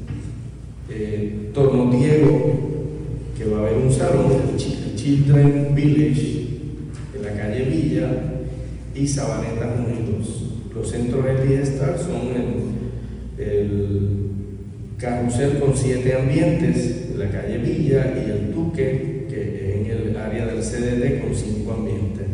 eh, Torno Diego, que va a haber un salón, el Children Village en la calle Villa, y Sabaneta uno y dos. Los centros del Head Start son el, el Carrusel con siete ambientes en la calle Villa y el Duque, que en el área del C D D, con cinco ambientes.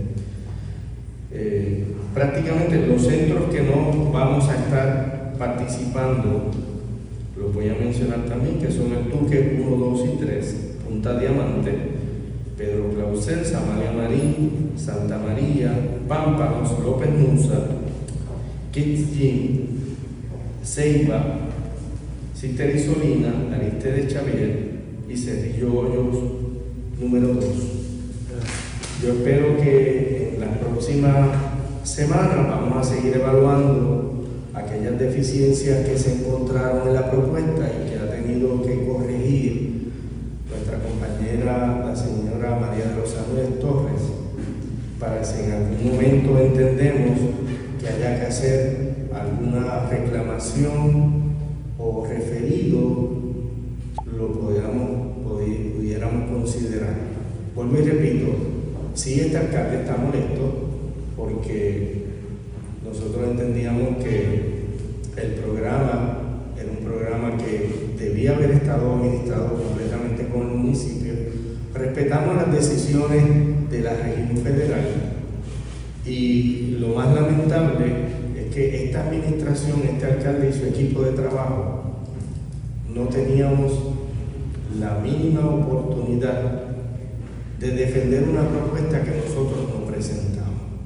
Eh, prácticamente los centros que no vamos a estar participando, los voy a mencionar también, que son el Duque uno, dos y tres, Punta Diamante, Pedro Clausel, Samaria Marín, Santa María, Pámpanos, López Nusa, Kids Gym, Ceiba, Cister Isolina, Aristedes Xavier y Cerrillo Hoyos número dos. Yo espero que en las próximas semanas vamos a seguir evaluando aquellas aquellas deficiencias que se encontraron en la propuesta y que ha tenido que corregir nuestra compañera, la señora María de los Ángeles Torres, para si en algún momento entendemos que haya que hacer alguna reclamación o referido, lo pudiéramos, pudiéramos considerar. Vuelvo y repito, sí, este alcalde está molesto porque nosotros entendíamos que el programa era un programa que debía haber estado administrado completamente con el municipio. Respetamos las decisiones de la región federal y lo más lamentable es que esta administración, este alcalde y su equipo de trabajo no teníamos la mínima oportunidad de defender una propuesta que nosotros no presentamos.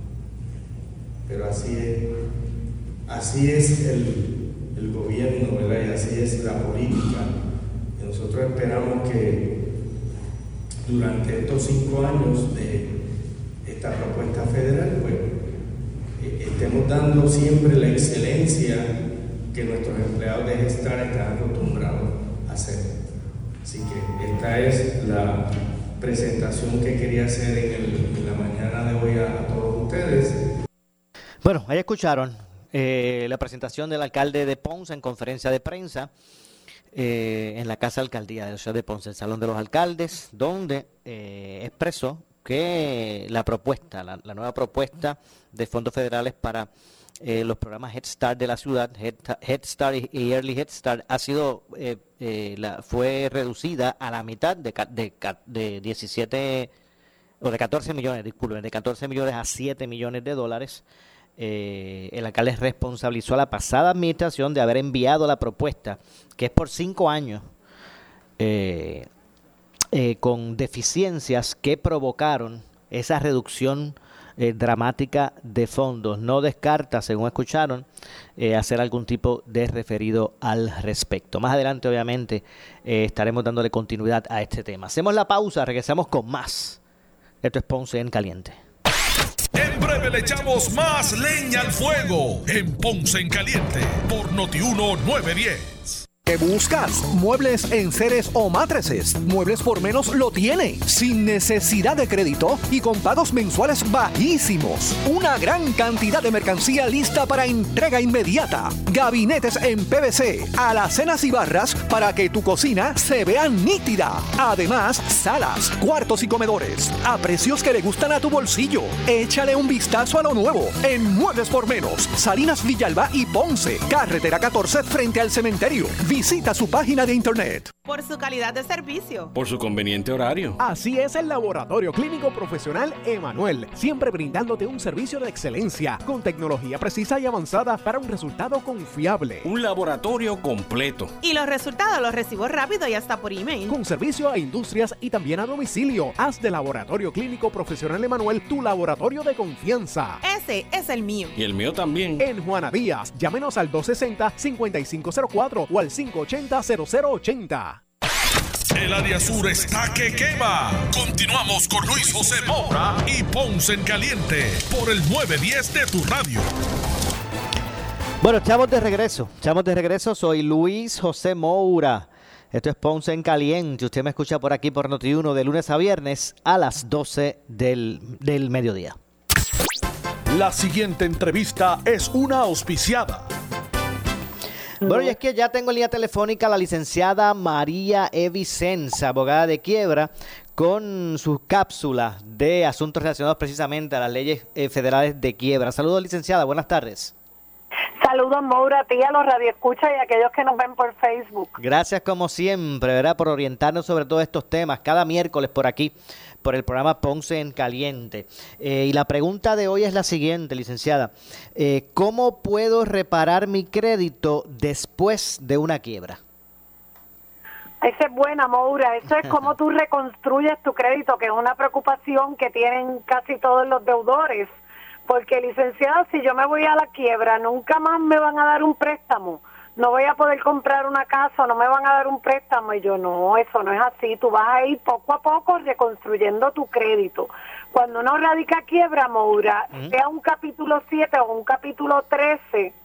Pero así es, así es el, el gobierno, ¿verdad? Y así es la política. Y nosotros esperamos que durante estos cinco años de esta propuesta federal, pues, eh, estemos dando siempre la excelencia que nuestros empleados de Head-Start están acostumbrados a hacer. Así que esta es la presentación que quería hacer en, el, en la mañana de hoy a, a todos ustedes. Bueno, ahí escucharon eh, la presentación del alcalde de Ponce en conferencia de prensa eh, en la Casa Alcaldía de la ciudad de Ponce, el Salón de los Alcaldes, donde eh, expresó que la propuesta, la, la nueva propuesta de fondos federales para eh, los programas Head Start de la ciudad, Head, Head Start y Early Head Start, ha sido eh, eh, la, fue reducida a la mitad de, de, de diecisiete o de catorce millones, disculpen, de catorce millones a siete millones de dólares. Eh, el alcalde responsabilizó a la pasada administración de haber enviado la propuesta, que es por cinco años, eh, eh, con deficiencias que provocaron esa reducción eh, dramática de fondos. No descarta, según escucharon, eh, hacer algún tipo de referido al respecto. Más adelante, obviamente, eh, estaremos dándole continuidad a este tema. Hacemos la pausa, regresamos con más. Esto es Ponce en Caliente. En breve le echamos más leña al fuego en Ponce en Caliente por Noti uno nueve diez. ¿Qué buscas? ¿Muebles, enseres o matrices? Muebles por menos lo tiene, sin necesidad de crédito y con pagos mensuales bajísimos. Una gran cantidad de mercancía lista para entrega inmediata. Gabinetes en P V C, alacenas y barras para que tu cocina se vea nítida. Además, salas, cuartos y comedores a precios que le gustan a tu bolsillo. Échale un vistazo a lo nuevo en Muebles por Menos, Salinas, Villalba y Ponce, carretera catorce frente al cementerio. Visita su página de internet. Por su calidad de servicio. Por su conveniente horario. Así es el Laboratorio Clínico Profesional Emanuel, siempre brindándote un servicio de excelencia, con tecnología precisa y avanzada para un resultado confiable. Un laboratorio completo. Y los resultados los recibo rápido y hasta por email. Con servicio a industrias y también a domicilio. Haz de Laboratorio Clínico Profesional Emanuel tu laboratorio de confianza. Ese es el mío. Y el mío también. En Juana Díaz, llámenos al dos sesenta, cincuenta y cinco cero cuatro o al cinco ochenta, cero cero ochenta. El área sur está que quema. Continuamos con Luis José Moura y Ponce en Caliente por el nueve diez de tu radio. Bueno, estamos de regreso. Estamos de regreso. Soy Luis José Moura. Esto es Ponce en Caliente. Usted me escucha por aquí por Noti uno de lunes a viernes a las doce del, del mediodía. La siguiente entrevista es una auspiciada. Bueno, y es que ya tengo en línea telefónica a la licenciada María E. Vicenza, abogada de quiebra, con sus cápsulas de asuntos relacionados precisamente a las leyes eh, federales de quiebra. Saludos, licenciada, buenas tardes. Saludos, Moura, a ti, a los radioescuchas y a aquellos que nos ven por Facebook. Gracias, como siempre, ¿verdad?, por orientarnos sobre todos estos temas cada miércoles por aquí, por el programa Ponce en Caliente. Eh, y la pregunta de hoy es la siguiente, licenciada. Eh, ¿Cómo puedo reparar mi crédito después de una quiebra? Esa es buena, Moura. Eso es cómo tú reconstruyes tu crédito, que es una preocupación que tienen casi todos los deudores. Porque, licenciada, si yo me voy a la quiebra, nunca más me van a dar un préstamo. No voy a poder comprar una casa, no me van a dar un préstamo. Y yo, no, eso no es así. Tú vas a ir poco a poco reconstruyendo tu crédito. Cuando uno radica quiebra, Moura, uh-huh. sea un capítulo siete o un capítulo trece,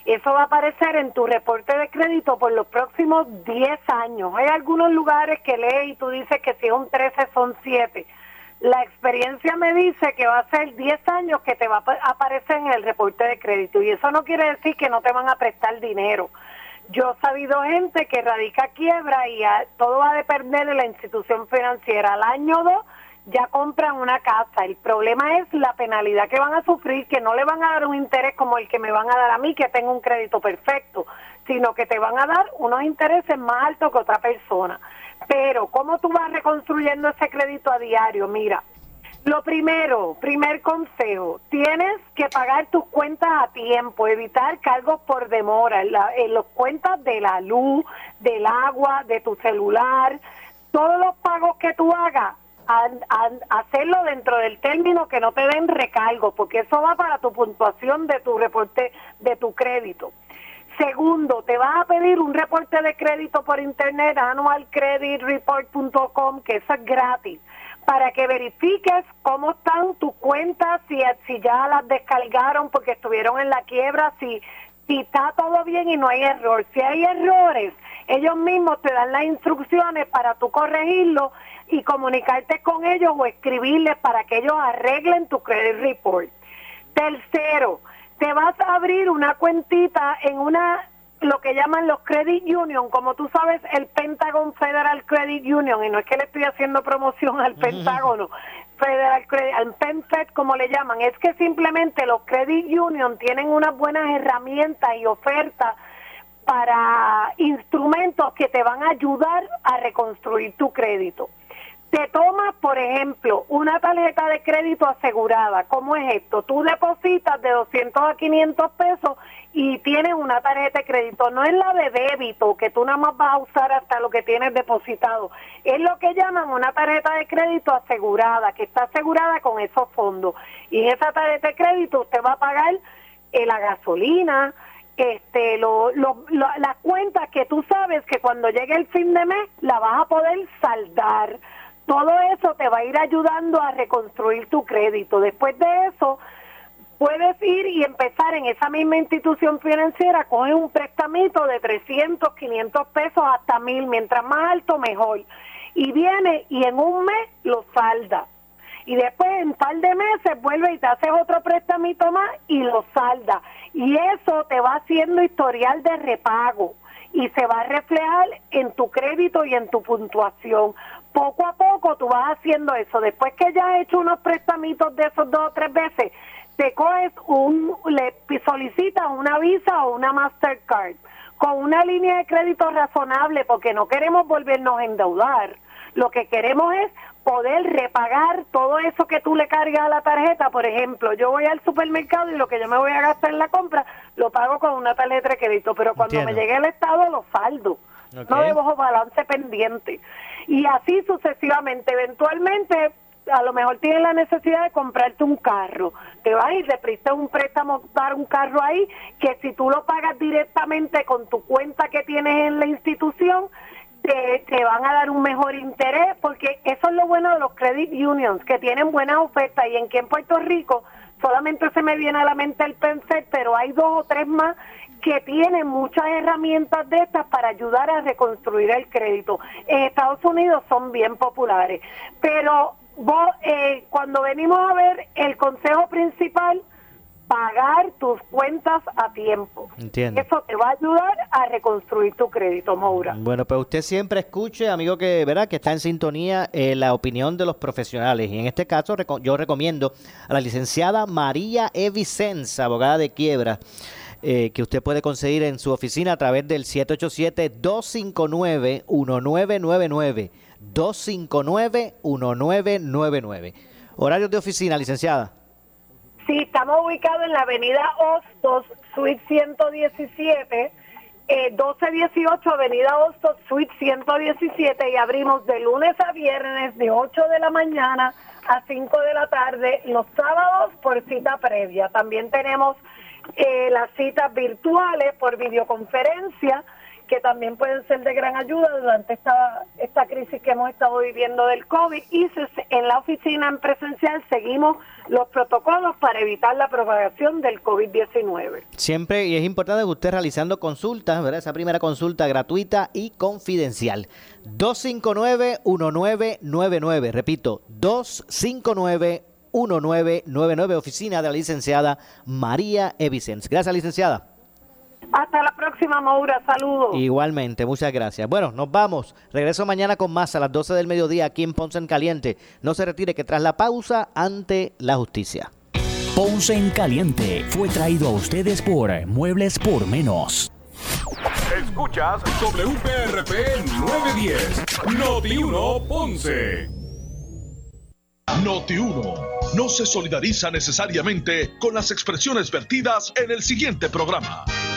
Eso va a aparecer en tu reporte de crédito por los próximos diez años. Hay algunos lugares que lees y tú dices que si es un trece son siete. La experiencia me dice que va a ser diez años que te va a aparecer en el reporte de crédito, y eso no quiere decir que no te van a prestar dinero. Yo he sabido gente que radica quiebra y a, todo va a depender de la institución financiera. Al año dos ya compran una casa. El problema es la penalidad que van a sufrir, que no le van a dar un interés como el que me van a dar a mí, que tengo un crédito perfecto, sino que te van a dar unos intereses más altos que otra persona. Pero, ¿cómo tú vas reconstruyendo ese crédito a diario? Mira, lo primero, primer consejo, tienes que pagar tus cuentas a tiempo, evitar cargos por demora, en, la, en las cuentas de la luz, del agua, de tu celular, todos los pagos que tú hagas, a, a, hacerlo dentro del término que no te den recargo, porque eso va para tu puntuación de tu reporte, de tu crédito. Segundo, te vas a pedir un reporte de crédito por internet, annual credit report punto com, que eso es gratis, para que verifiques cómo están tus cuentas, si, si ya las descargaron porque estuvieron en la quiebra, si, si está todo bien y no hay error. Si hay errores, ellos mismos te dan las instrucciones para tú corregirlo y comunicarte con ellos o escribirles para que ellos arreglen tu credit report. Tercero, te vas a abrir una cuentita en una, lo que llaman los Credit Union, como tú sabes, el Pentagon Federal Credit Union, y no es que le estoy haciendo promoción al Pentágono, Federal Credit, al PenFed como le llaman, es que simplemente los Credit Union tienen unas buenas herramientas y ofertas para instrumentos que te van a ayudar a reconstruir tu crédito. Te tomas, por ejemplo, una tarjeta de crédito asegurada. ¿Cómo es esto? Tú depositas de doscientos a quinientos pesos y tienes una tarjeta de crédito. No es la de débito, que tú nada más vas a usar hasta lo que tienes depositado. Es lo que llaman una tarjeta de crédito asegurada, que está asegurada con esos fondos. Y en esa tarjeta de crédito usted va a pagar eh, la gasolina, este, lo, lo, lo, las cuentas que tú sabes que cuando llegue el fin de mes la vas a poder saldar. Todo eso te va a ir ayudando a reconstruir tu crédito. Después de eso, puedes ir y empezar en esa misma institución financiera, coge un prestamito de trescientos, quinientos pesos hasta mil, mientras más alto mejor. Y viene y en un mes lo salda. Y después en un par de meses vuelve y te haces otro prestamito más y lo salda. Y eso te va haciendo historial de repago y se va a reflejar en tu crédito y en tu puntuación. Poco a poco tú vas haciendo eso. Después que ya has hecho unos prestamitos de esos dos o tres veces, te coges un, le solicitas una Visa o una Mastercard con una línea de crédito razonable, porque no queremos volvernos a endeudar. Lo que queremos es poder repagar todo eso que tú le cargas a la tarjeta. Por ejemplo, yo voy al supermercado y lo que yo me voy a gastar en la compra lo pago con una tarjeta de crédito, pero cuando Entiendo. me llegue el estado lo saldo. Okay. No debo balance pendiente. Y así sucesivamente. Eventualmente, a lo mejor tienes la necesidad de comprarte un carro. Te vas y te prestas un préstamo para un carro ahí, que si tú lo pagas directamente con tu cuenta que tienes en la institución, Te, te van a dar un mejor interés, porque eso es lo bueno de los credit unions, que tienen buenas ofertas. Y en que en Puerto Rico solamente se me viene a la mente el PenFed, pero hay dos o tres más que tienen muchas herramientas de estas para ayudar a reconstruir el crédito. En Estados Unidos son bien populares, pero vos, eh, cuando venimos a ver el consejo principal, pagar tus cuentas a tiempo. Entiendo. Eso te va a ayudar a reconstruir tu crédito, Moura. Bueno, pues usted siempre escuche, amigo, que verá que está en sintonía eh, la opinión de los profesionales. Y en este caso reco- yo recomiendo a la licenciada María E. Vicenza, abogada de quiebra, eh, que usted puede conseguir en su oficina a través del siete ocho siete, dos cinco nueve, uno nueve nueve nueve, dos cinco nueve, uno nueve nueve nueve. Horarios de oficina, licenciada. Sí, estamos ubicados en la avenida Hostos, suite ciento diecisiete, eh, doce dieciocho, avenida Hostos, suite ciento diecisiete, y abrimos de lunes a viernes de ocho de la mañana a cinco de la tarde, los sábados por cita previa. También tenemos eh, las citas virtuales por videoconferencia, que también pueden ser de gran ayuda durante esta esta crisis que hemos estado viviendo del COVID. Y se, en la oficina en presencial seguimos los protocolos para evitar la propagación del COVID diecinueve. Siempre, y es importante que usted realizando consultas, ¿verdad? Esa primera consulta gratuita y confidencial. dos cinco nueve, uno nueve nueve nueve, repito, dos cinco nueve, uno nueve nueve nueve, oficina de la licenciada María Evicens. Gracias, licenciada. Hasta la próxima, Moura. Saludos. Igualmente, muchas gracias. Bueno, nos vamos. Regreso mañana con más a las doce del mediodía aquí en Ponce en Caliente. No se retire, que tras la pausa, ante la justicia. Ponce en Caliente fue traído a ustedes por Muebles por Menos. Escuchas W P R P nueve diez, Noti uno Ponce. Noti uno no se solidariza necesariamente con las expresiones vertidas en el siguiente programa.